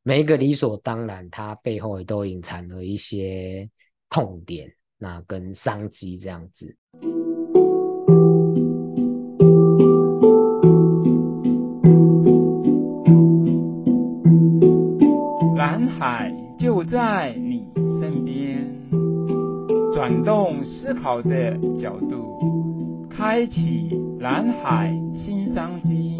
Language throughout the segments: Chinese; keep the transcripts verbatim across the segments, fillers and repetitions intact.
每一个理所当然，它背后也都隐藏了一些痛点，那跟商机这样子。 蓝海就在你身边，转动思考的角度，开启蓝海新商机。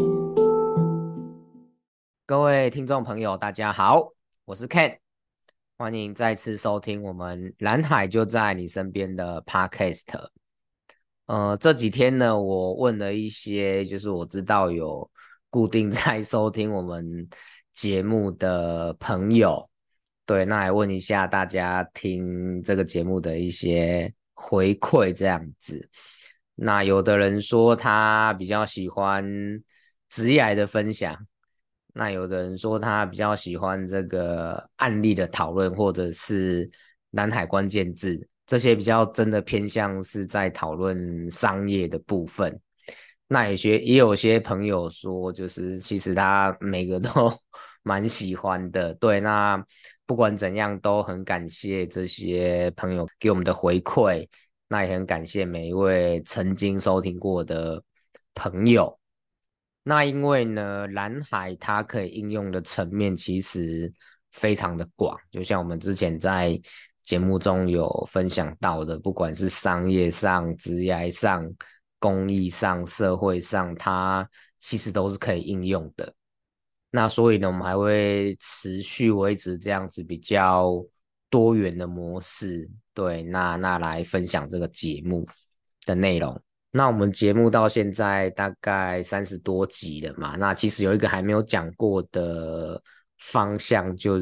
各位听众朋友，大家好，我是 Ken，欢迎再次收听我们蓝海就在你身边的 Podcast。呃，这几天呢，我问了一些，就是我知道有固定在收听我们节目的朋友，对，那来问一下大家听这个节目的一些回馈，这样子。那有的人说他比较喜欢职业的分享，那有的人说他比较喜欢这个案例的讨论，或者是蓝海关键字，这些比较真的偏向是在讨论商业的部分。那有些也有些朋友说，就是其实他每个都蛮喜欢的。对，那不管怎样，都很感谢这些朋友给我们的回馈，那也很感谢每一位曾经收听过的朋友。那因为呢，蓝海它可以应用的层面其实非常的广，就像我们之前在节目中有分享到的，不管是商业上、职业上、公益上、社会上，它其实都是可以应用的。那所以呢，我们还会持续维持这样子比较多元的模式，对，那那来分享这个节目的内容。那我们节目到现在大概三十多集了嘛，那其实有一个还没有讲过的方向，就是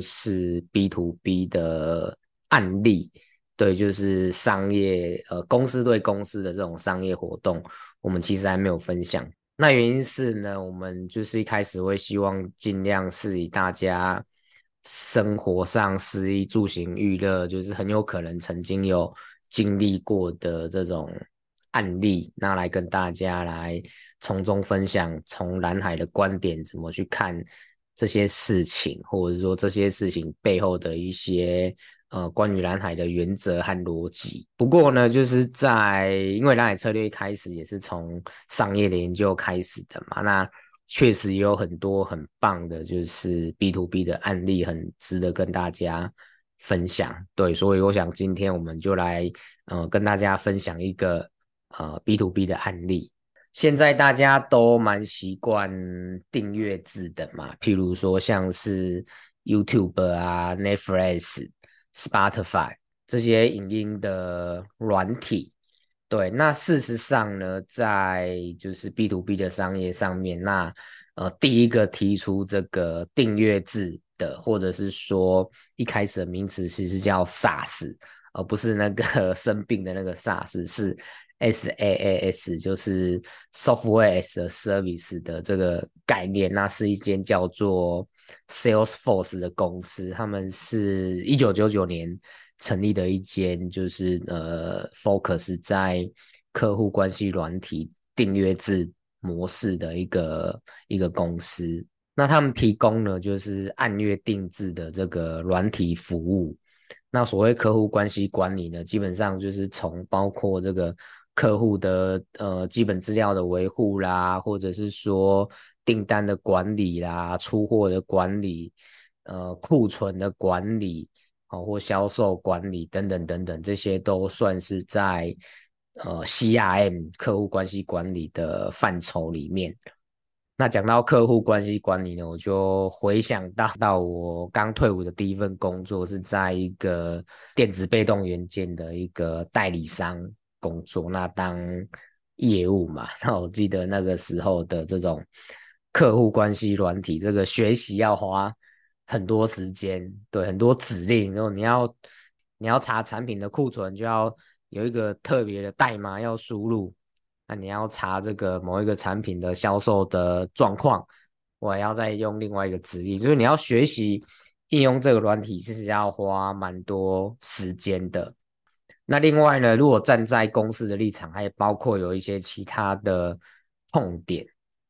B to B 的案例，对，就是商业呃公司对公司的这种商业活动，我们其实还没有分享。那原因是呢，我们就是一开始会希望尽量是以大家生活上食衣住行娱乐，就是很有可能曾经有经历过的这种案例，那来跟大家来从中分享，从蓝海的观点怎么去看这些事情，或者说这些事情背后的一些呃关于蓝海的原则和逻辑。不过呢，就是在因为蓝海策略一开始也是从商业的研究开始的嘛，那确实也有很多很棒的，就是 B to B 的案例，很值得跟大家分享。对，所以我想今天我们就来呃跟大家分享一个呃 B to B 的案例。现在大家都蛮习惯订阅制的嘛，譬如说像是 YouTube 啊、Netflix、Spotify 这些影音的软体。对，那事实上呢，在就是 B to B 的商业上面，那呃第一个提出这个订阅制的，或者是说一开始的名词其实叫 SaaS，而不是那个生病的那个 SaaS，是 SaaS，就是 Software as a Service 的这个概念。那是一间叫做 Salesforce 的公司，他们是一九九九年成立的一间，就是呃 focus 在客户关系软体订阅制模式的一个一个公司。那他们提供呢，就是按月定制的这个软体服务。那所谓客户关系管理呢，基本上就是从包括这个客户的呃基本资料的维护啦，或者是说订单的管理啦、出货的管理、呃库存的管理，哦或销售管理等等等等，这些都算是在呃 C R M 客户关系管理的范畴里面。那讲到客户关系管理呢，我就回想到到我刚退伍的第一份工作是在一个电子被动元件的一个代理商工作，那当业务嘛，那我记得那个时候的这种客户关系软体，这个学习要花很多时间，对，很多指令，然后你要你要查产品的库存，就要有一个特别的代码要输入。那你要查这个某一个产品的销售的状况，我还要再用另外一个指令，就是你要学习应用这个软体，其实要花蛮多时间的。那另外呢，如果站在公司的立场，还包括有一些其他的痛点，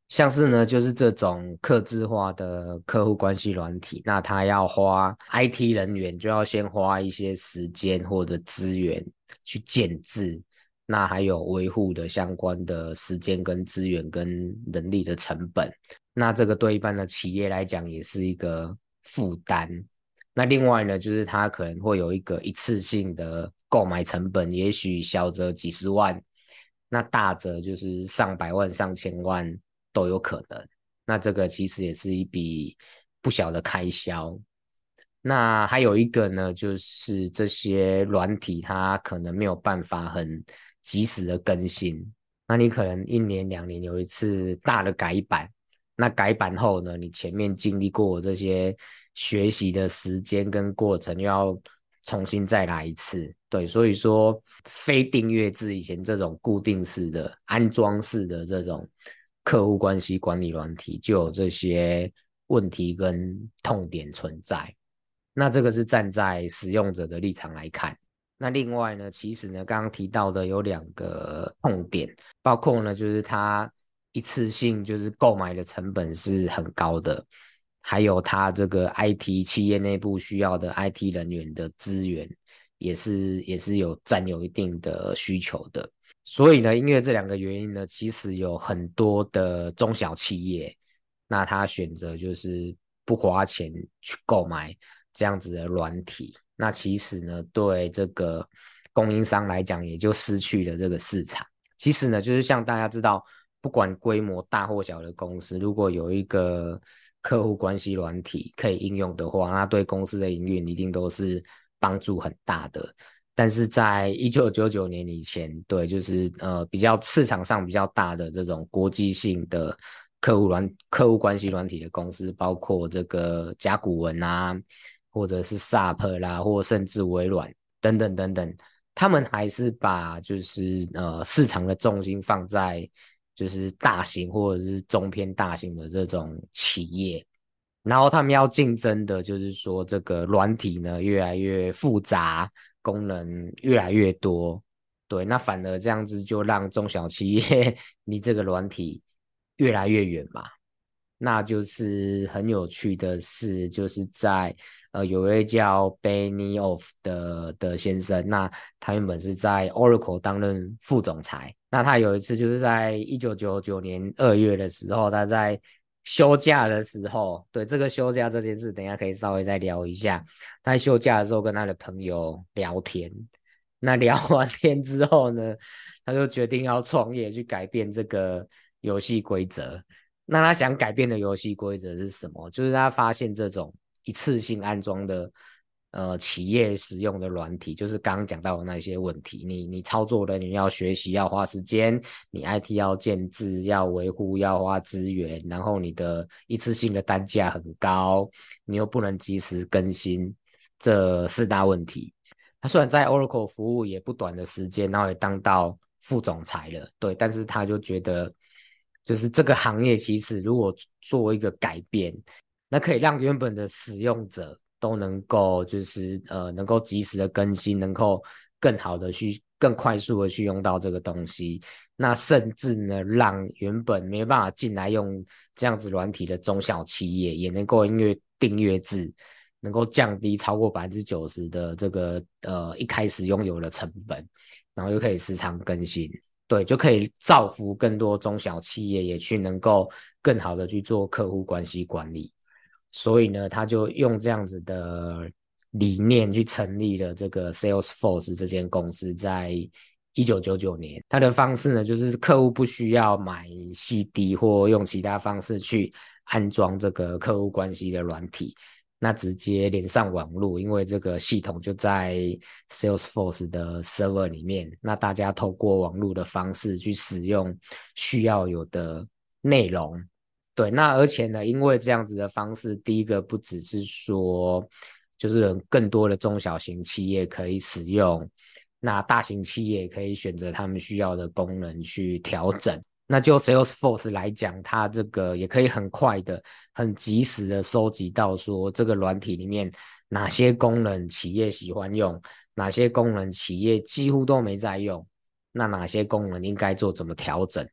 像是呢，就是这种客制化的客户关系软体，那他要花 I T 人员就要先花一些时间或者资源去建制，那还有维护的相关的时间跟资源跟人力的成本，那这个对一般的企业来讲也是一个负担。那另外呢，就是它可能会有一个一次性的购买成本，也许小则几十万，那大则就是上百万、上千万都有可能。那这个其实也是一笔不小的开销。那还有一个呢，就是这些软体它可能没有办法很及时的更新，那你可能一年两年有一次大的改版，那改版后呢，你前面经历过这些学习的时间跟过程，又要重新再来一次。对，所以说非订阅制以前这种固定式的安装式的这种客户关系管理软体，就有这些问题跟痛点存在。那这个是站在使用者的立场来看。那另外呢，其实呢，刚刚提到的有两个痛点，包括呢，就是它一次性就是购买的成本是很高的，还有它这个 I T 企业内部需要的 I T 人员的资源，也是也是有占有一定的需求的。所以呢，因为这两个原因呢，其实有很多的中小企业，那他选择就是不花钱去购买这样子的软体，那其实呢，对这个供应商来讲，也就失去了这个市场。其实呢，就是像大家知道，不管规模大或小的公司，如果有一个客户关系软体可以应用的话，那对公司的营运一定都是帮助很大的。但是在一九九九年以前，对，就是呃比较市场上比较大的这种国际性的客户软客户关系软体的公司，包括这个甲骨文啊，或者是 S A P 啦，或甚至微软等等等等，他们还是把就是呃市场的重心放在就是大型或者是中偏大型的这种企业，然后他们要竞争的就是说这个软体呢越来越复杂，功能越来越多，对，那反而这样子就让中小企业离这个软体越来越远嘛。那就是很有趣的是，就是在呃有一位叫 Benioff 的的先生，那他原本是在 Oracle 担任副总裁。那他有一次就是在一九九九年二月的时候，他在休假的时候，对这个休假这件事，等一下可以稍微再聊一下。他在休假的时候跟他的朋友聊天，那聊完天之后呢，他就决定要创业，去改变这个游戏规则。那他想改变的游戏规则是什么？就是他发现这种一次性安装的呃企业使用的软体，就是刚刚讲到的那些问题，你你操作人员要学习要花时间，你 I T 要建制要维护要花资源，然后你的一次性的单价很高，你又不能及时更新，这四大问题。他虽然在 Oracle 服务也不短的时间，然后也当到副总裁了，对，但是他就觉得，就是这个行业其实如果做一个改变，那可以让原本的使用者都能够就是呃能够及时的更新，能够更好的去更快速的去用到这个东西，那甚至呢让原本没办法进来用这样子软体的中小企业也能够因为订阅制。能够降低超过百分之九十的这个呃一开始拥有的成本，然后又可以时常更新，对，就可以造福更多中小企业，也去能够更好的去做客户关系管理。所以呢，他就用这样子的理念去成立了这个 Salesforce 这间公司，在一九九九年，他的方式呢，就是客户不需要买 C D 或用其他方式去安装这个客户关系的软体，那直接连上网络，因为这个系统就在 Salesforce 的 server 里面，那大家透过网络的方式去使用需要有的内容。对，那而且呢，因为这样子的方式，第一个不只是说，就是更多的中小型企业可以使用，那大型企业可以选择他们需要的功能去调整。那就 Salesforce 来讲，它这个也可以很快的、很及时的收集到说这个软体里面哪些功能企业喜欢用，哪些功能企业几乎都没在用，那哪些功能应该做怎么调整。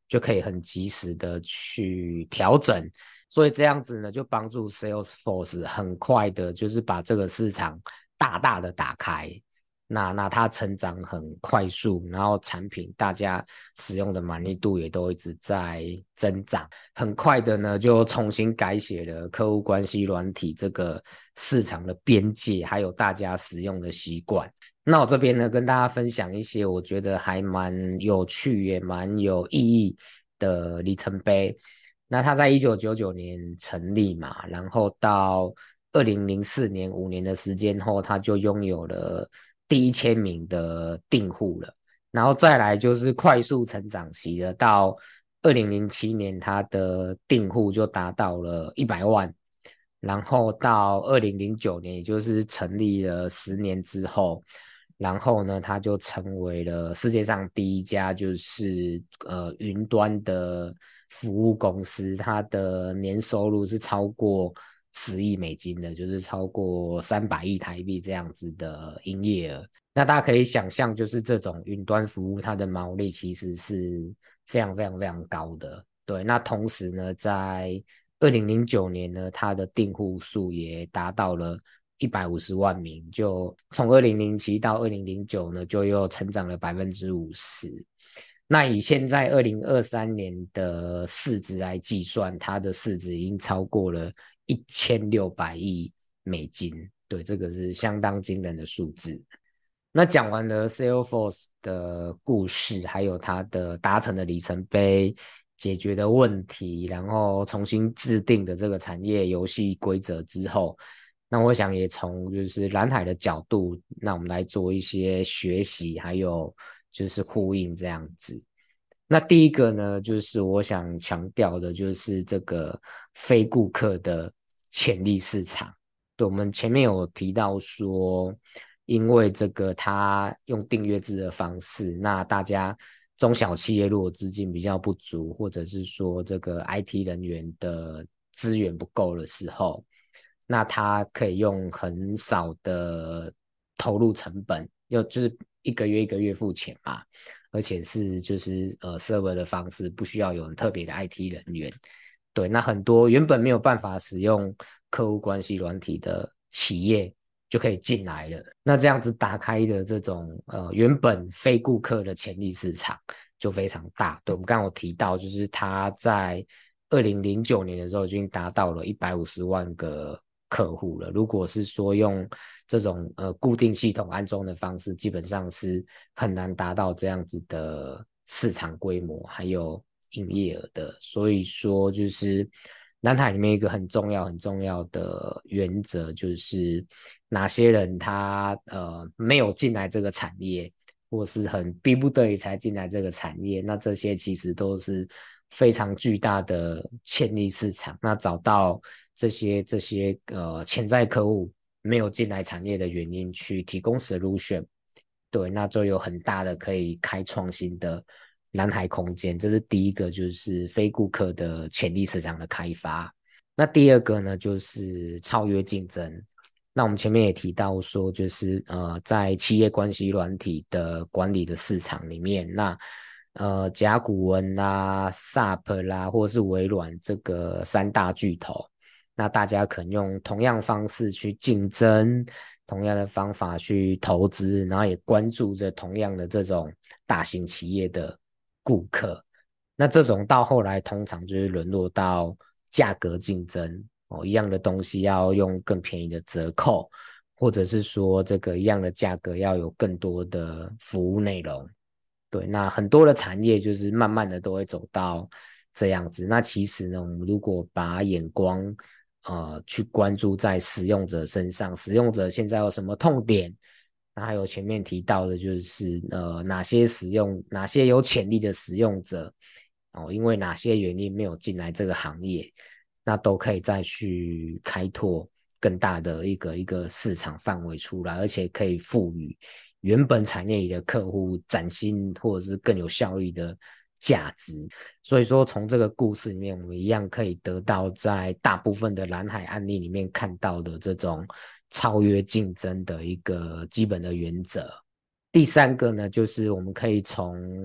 就可以很及时的去调整。所以这样子呢，就帮助 Salesforce 很快的，就是把这个市场大大的打开。那那它成长很快速，然后产品大家使用的满意度也都一直在增长，很快的呢就重新改写了客户关系软体这个市场的边界，还有大家使用的习惯。那我这边呢跟大家分享一些我觉得还蛮有趣也蛮有意义的里程碑。那它在一九九九年成立嘛，然后到二零零四年五年的时间后，它就拥有了第一千名的订户了。然后再来就是快速成长期了，到二零零七年它的订户就达到了一百万，然后到二零零九年也就是成立了十年之后，然后呢它就成为了世界上第一家就是呃云端的服务公司，它的年收入是超过十亿美金的，就是超过三百亿台币这样子的营业额。那大家可以想象，就是这种云端服务，它的毛利其实是非常非常非常高的。对，那同时呢，在二零零九年呢，它的订户数也达到了一百五十万名，就从二零零七到二零零九呢，就又成长了百分之五十。那以现在二零二三年的市值来计算，它的市值已经超过了一千六百亿美金，对，这个是相当惊人的数字。那讲完了 Salesforce 的故事，还有它的达成的里程碑、解决的问题，然后重新制定的这个产业游戏规则之后，那我想也从就是蓝海的角度，那我们来做一些学习，还有就是呼应这样子。那第一个呢，就是我想强调的，就是这个非顾客的潜力市场。对，我们前面有提到说，因为这个他用订阅制的方式，那大家中小企业如果资金比较不足，或者是说这个 I T 人员的资源不够的时候，那他可以用很少的投入成本，又就是一个月一个月付钱嘛，而且是就是呃 server 的方式，不需要有很特别的 I T 人员。对，那很多原本没有办法使用客户关系软体的企业就可以进来了。那这样子打开的这种呃原本非顾客的潜力市场就非常大。对，我们刚刚有提到，就是它在二零零九年的时候已经达到了一百五十万个客户了。如果是说用这种呃固定系统安装的方式，基本上是很难达到这样子的市场规模还有营业额的。所以说就是蓝海里面一个很重要很重要的原则，就是哪些人他呃没有进来这个产业，或是很逼不得已才进来这个产业，那这些其实都是非常巨大的潜力市场。那找到这些这些呃潜在客户没有进来产业的原因，去提供 solution， 对，那就有很大的可以开创新的蓝海空间。这是第一个，就是非顾客的潜力市场的开发。那第二个呢，就是超越竞争。那我们前面也提到说，就是呃，在企业关系软体的管理的市场里面，那呃甲骨文啦、S A P 啦，或者是微软这个三大巨头，那大家可能用同样方式去竞争，同样的方法去投资，然后也关注着同样的这种大型企业的顾客。那这种到后来通常就是沦落到价格竞争哦，一样的东西要用更便宜的折扣，或者是说这个一样的价格要有更多的服务内容。对，那很多的产业就是慢慢的都会走到这样子。那其实呢，我们如果把眼光呃去关注在使用者身上，使用者现在有什么痛点，那还有前面提到的就是呃哪些使用哪些有潜力的使用者哦，因为哪些原因没有进来这个行业，那都可以再去开拓更大的一个一个市场范围出来，而且可以赋予原本产业里的客户崭新或者是更有效益的价值。所以说从这个故事里面，我们一样可以得到在大部分的蓝海案例里面看到的这种超越竞争的一个基本的原则。第三个呢，就是我们可以从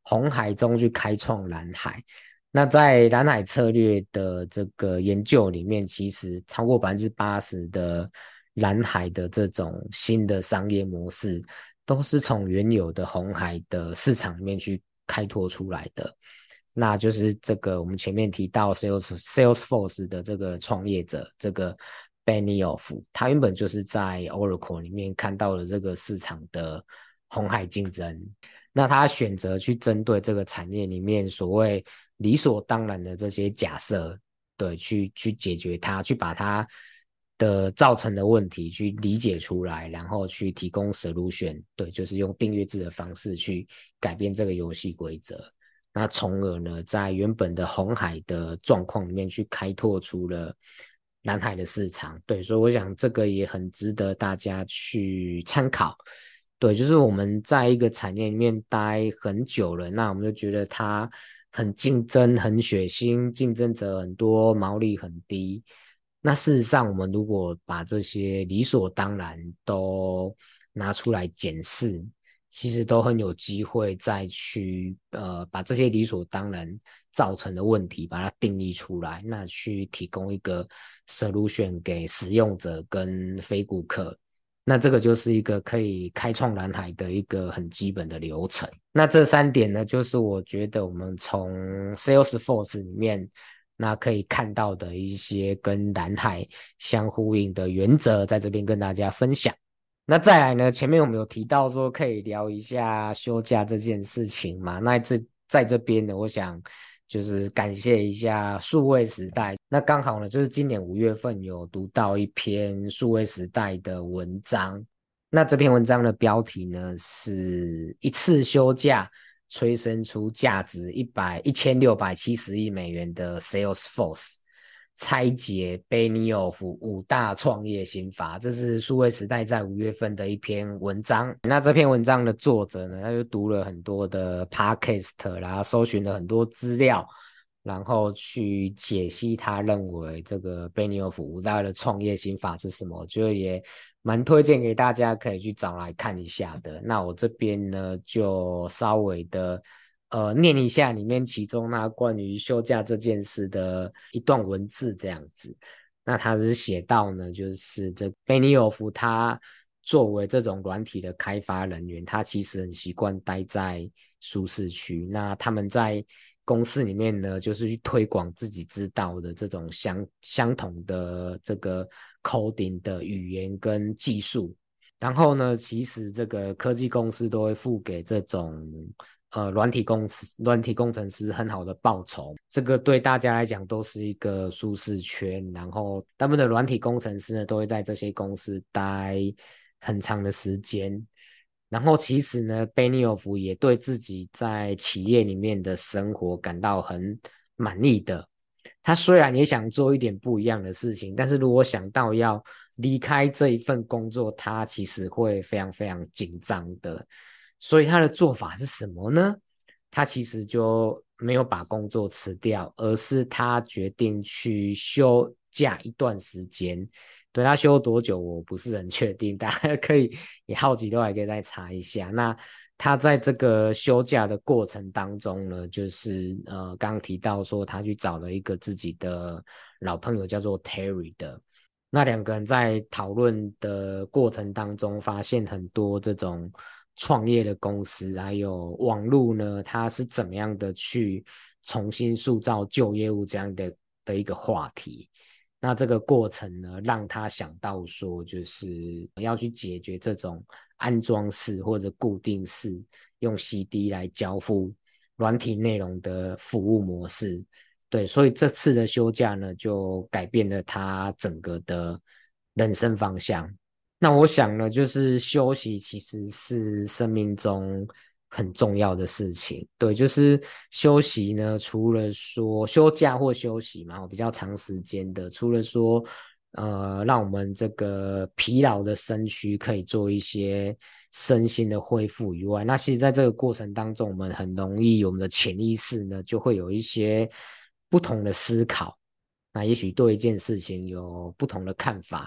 红海中去开创蓝海。那在蓝海策略的这个研究里面，其实超过百分之八十的蓝海的这种新的商业模式，都是从原有的红海的市场里面去开拓出来的。那就是这个我们前面提到 Sales Salesforce 的这个创业者，这个 Benioff， 他原本就是在 Oracle 里面看到了这个市场的红海竞争，那他选择去针对这个产业里面所谓理所当然的这些假设，对，去去解决它，去把它的造成的问题去理解出来，然后去提供 solution， 对，就是用订阅制的方式去改变这个游戏规则。那从而呢，在原本的红海的状况里面去开拓出了蓝海的市场，对，所以我想这个也很值得大家去参考。对，就是我们在一个产业里面待很久了，那我们就觉得它很竞争、很血腥，竞争者很多，毛利很低。那事实上，我们如果把这些理所当然都拿出来检视，其实都很有机会再去呃把这些理所当然造成的问题把它定义出来，那去提供一个 solution 给使用者跟非顾客。那这个就是一个可以开创蓝海的一个很基本的流程。那这三点呢，就是我觉得我们从 Salesforce 里面那可以看到的一些跟蓝海相呼应的原则，在这边跟大家分享。那再来呢，前面我们有提到说可以聊一下休假这件事情嘛，那这在这边呢，我想就是感谢一下数位时代。那刚好呢，就是今年五月份有读到一篇数位时代的文章，那这篇文章的标题呢是一次休假催生出价值一百一千六百七十亿美元的 Salesforce， 拆解 Benioff 五大创业心法，这是数位时代在五月份的一篇文章。那这篇文章的作者呢，他就读了很多的 podcast， 然后搜寻了很多资料，然后去解析他认为这个 Benioff 五大的创业心法是什么，我觉得也蛮推荐给大家可以去找来看一下的。那我这边呢就稍微的呃念一下里面其中那关于休假这件事的一段文字这样子。那他是写到呢，就是这 Benioff 他作为这种软体的开发人员，他其实很习惯待在舒适区。那他们在公司里面呢，就是去推广自己知道的这种相相同的这个 coding 的语言跟技术。然后呢，其实这个科技公司都会付给这种呃软体工软体工程师很好的报酬，这个对大家来讲都是一个舒适圈。然后他们的软体工程师呢，都会在这些公司待很长的时间。然后其实呢 Benioff 也对自己在企业里面的生活感到很满意的。他虽然也想做一点不一样的事情，但是如果想到要离开这一份工作，他其实会非常非常紧张的。所以他的做法是什么呢？他其实就没有把工作辞掉，而是他决定去休假一段时间。对，他休多久我不是很确定，大家可以也好奇都还可以再查一下。那他在这个休假的过程当中呢，就是呃刚刚提到说他去找了一个自己的老朋友叫做 Terry 的，那两个人在讨论的过程当中发现很多这种创业的公司还有网络呢，它是怎么样的去重新塑造旧业务这样的的一个话题。那这个过程呢，让他想到说，就是要去解决这种安装式或者固定式用 C D 来交付软体内容的服务模式。对，所以这次的休假呢，就改变了他整个的人生方向。那我想呢，就是休息其实是生命中很重要的事情。对，就是休息呢，除了说休假或休息嘛，比较长时间的，除了说呃，让我们这个疲劳的身躯可以做一些身心的恢复以外，那其实在这个过程当中，我们很容易我们的潜意识呢就会有一些不同的思考，那也许对一件事情有不同的看法，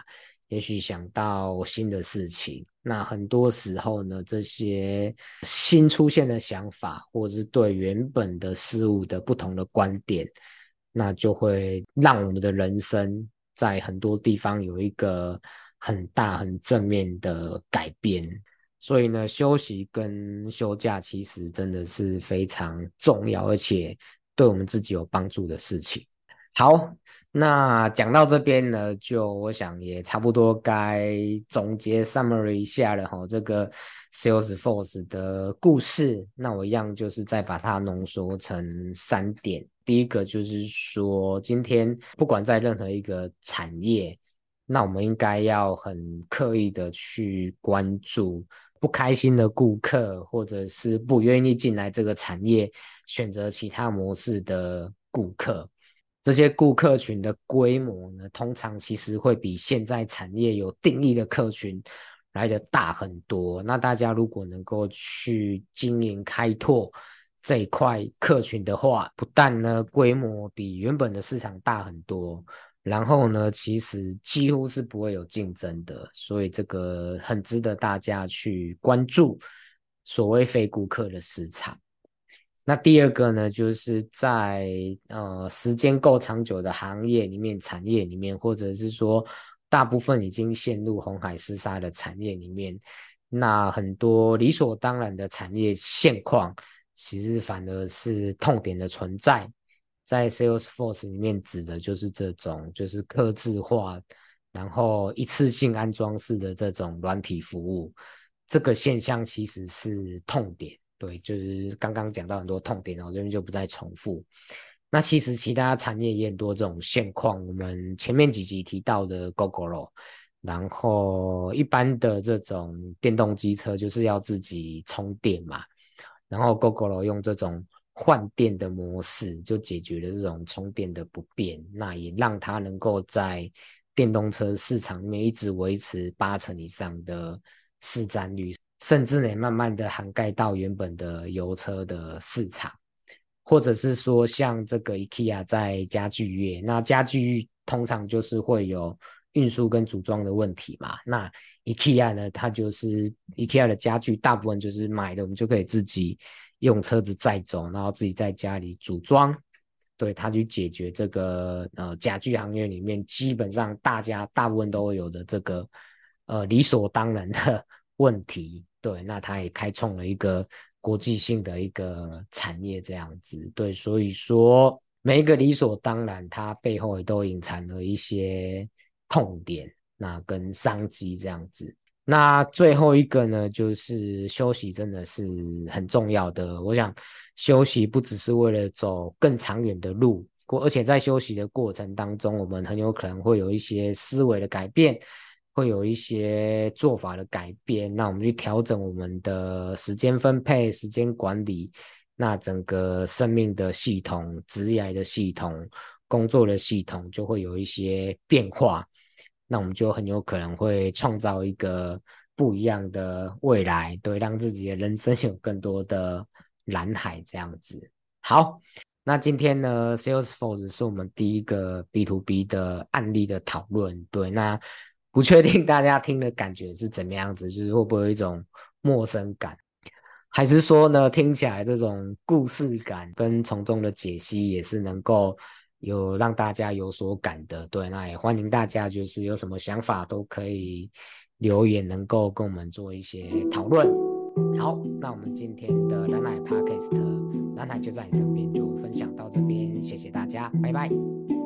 也许想到新的事情。那很多时候呢，这些新出现的想法，或者是对原本的事物的不同的观点，那就会让我们的人生在很多地方有一个很大很正面的改变。所以呢，休息跟休假其实真的是非常重要，而且对我们自己有帮助的事情。好，那讲到这边呢，就我想也差不多该总结 summary 一下了哈。这个 Salesforce 的故事，那我一样就是再把它浓缩成三点。第一个就是说，今天不管在任何一个产业，那我们应该要很刻意的去关注不开心的顾客，或者是不愿意进来这个产业，选择其他模式的顾客。这些顾客群的规模呢，通常其实会比现在产业有定义的客群来的大很多。那大家如果能够去经营开拓这一块客群的话，不但呢规模比原本的市场大很多，然后呢其实几乎是不会有竞争的，所以这个很值得大家去关注所谓非顾客的市场。那第二个呢，就是在呃时间够长久的行业里面、产业里面，或者是说大部分已经陷入红海厮杀的产业里面，那很多理所当然的产业现况，其实反而是痛点的存在。在 Salesforce 里面指的就是这种，就是客制化，然后一次性安装式的这种软体服务，这个现象其实是痛点。对，就是刚刚讲到很多痛点，我这边就不再重复。那其实其他产业也很多这种现况，我们前面几集提到的 Gogoro， 然后一般的这种电动机车就是要自己充电嘛，然后 Gogoro 用这种换电的模式就解决了这种充电的不便，那也让它能够在电动车市场里面一直维持八成以上的市占率，甚至呢慢慢的涵盖到原本的油车的市场。或者是说像这个 IKEA 在家具业，那家具通常就是会有运输跟组装的问题嘛，那 IKEA 呢，它就是 IKEA 的家具大部分就是买的我们就可以自己用车子载走，然后自己在家里组装，对，它去解决这个呃家具行业里面基本上大家大部分都会有的这个呃理所当然的问题。对，那它也开创了一个国际性的一个产业这样子。对，所以说每一个理所当然，它背后也都隐藏了一些痛点，那跟商机这样子。那最后一个呢，就是休息真的是很重要的。我想休息不只是为了走更长远的路，而且在休息的过程当中，我们很有可能会有一些思维的改变，会有一些做法的改变，那我们去调整我们的时间分配、时间管理，那整个生命的系统、职业的系统、工作的系统就会有一些变化，那我们就很有可能会创造一个不一样的未来，对，让自己的人生有更多的蓝海这样子。好，那今天呢 Salesforce 是我们第一个 B to B 的案例的讨论，对，那不确定大家听的感觉是怎么样子，就是会不会有一种陌生感，还是说呢听起来这种故事感跟从中的解析也是能够有让大家有所感的。对，那也欢迎大家就是有什么想法都可以留言，能够跟我们做一些讨论。好，那我们今天的蓝海 Podcast 蓝海就在你身边就分享到这边，谢谢大家，拜拜。